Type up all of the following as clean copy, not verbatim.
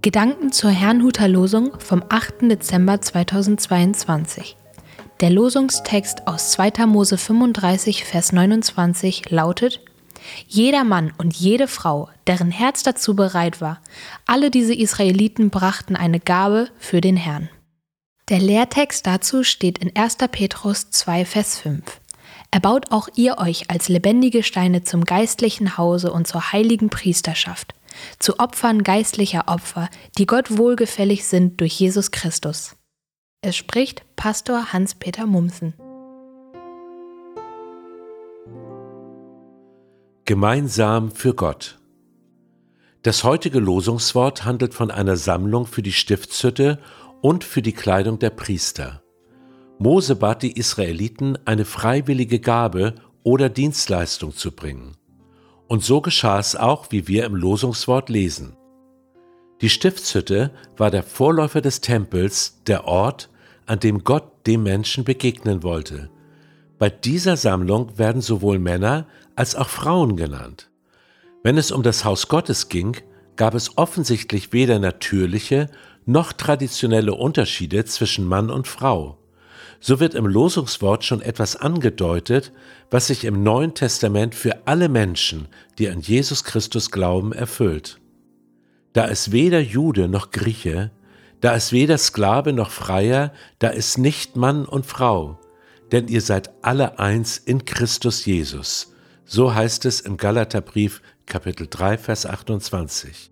Gedanken zur Herrnhuter Losung vom 8. Dezember 2022. Der Losungstext aus 2. Mose 35, Vers 29 lautet: Jeder Mann und jede Frau, deren Herz dazu bereit war, alle diese Israeliten brachten eine Gabe für den Herrn. Der Lehrtext dazu steht in 1. Petrus 2, Vers 5. Erbaut auch ihr euch als lebendige Steine zum geistlichen Hause und zur heiligen Priesterschaft, zu Opfern geistlicher Opfer, die Gott wohlgefällig sind durch Jesus Christus. Es spricht Pastor Hans-Peter Mumsen. Gemeinsam für Gott. Das heutige Losungswort handelt von einer Sammlung für die Stiftshütte und für die Kleidung der Priester. Mose bat die Israeliten, eine freiwillige Gabe oder Dienstleistung zu bringen. Und so geschah es auch, wie wir im Losungswort lesen. Die Stiftshütte war der Vorläufer des Tempels, der Ort, an dem Gott dem Menschen begegnen wollte. Bei dieser Sammlung werden sowohl Männer als auch Frauen genannt. Wenn es um das Haus Gottes ging, gab es offensichtlich weder natürliche noch traditionelle Unterschiede zwischen Mann und Frau. So wird im Losungswort schon etwas angedeutet, was sich im Neuen Testament für alle Menschen, die an Jesus Christus glauben, erfüllt. Da ist weder Jude noch Grieche, da ist weder Sklave noch Freier, da ist nicht Mann und Frau, denn ihr seid alle eins in Christus Jesus. So heißt es im Galaterbrief, Kapitel 3, Vers 28.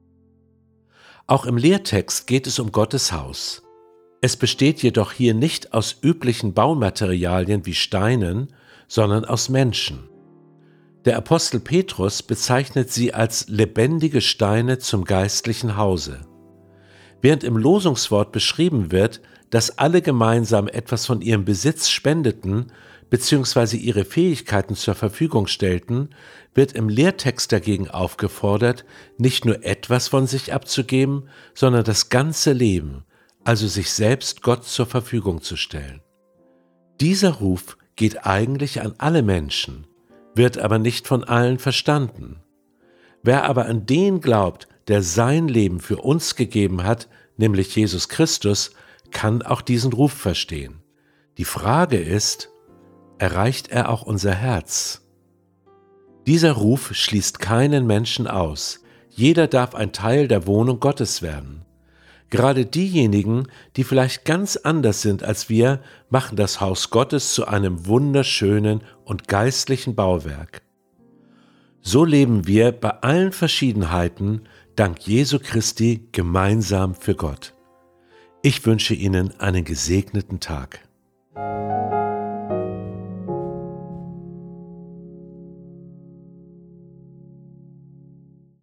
Auch im Lehrtext geht es um Gottes Haus. Es besteht jedoch hier nicht aus üblichen Baumaterialien wie Steinen, sondern aus Menschen. Der Apostel Petrus bezeichnet sie als lebendige Steine zum geistlichen Hause. Während im Losungswort beschrieben wird, dass alle gemeinsam etwas von ihrem Besitz spendeten bzw. ihre Fähigkeiten zur Verfügung stellten, wird im Lehrtext dagegen aufgefordert, nicht nur etwas von sich abzugeben, sondern das ganze Leben, also sich selbst Gott zur Verfügung zu stellen. Dieser Ruf geht eigentlich an alle Menschen, wird aber nicht von allen verstanden. Wer aber an den glaubt, der sein Leben für uns gegeben hat, nämlich Jesus Christus, kann auch diesen Ruf verstehen. Die Frage ist, erreicht er auch unser Herz? Dieser Ruf schließt keinen Menschen aus. Jeder darf ein Teil der Wohnung Gottes werden. Gerade diejenigen, die vielleicht ganz anders sind als wir, machen das Haus Gottes zu einem wunderschönen und geistlichen Bauwerk. So leben wir bei allen Verschiedenheiten dank Jesu Christi gemeinsam für Gott. Ich wünsche Ihnen einen gesegneten Tag.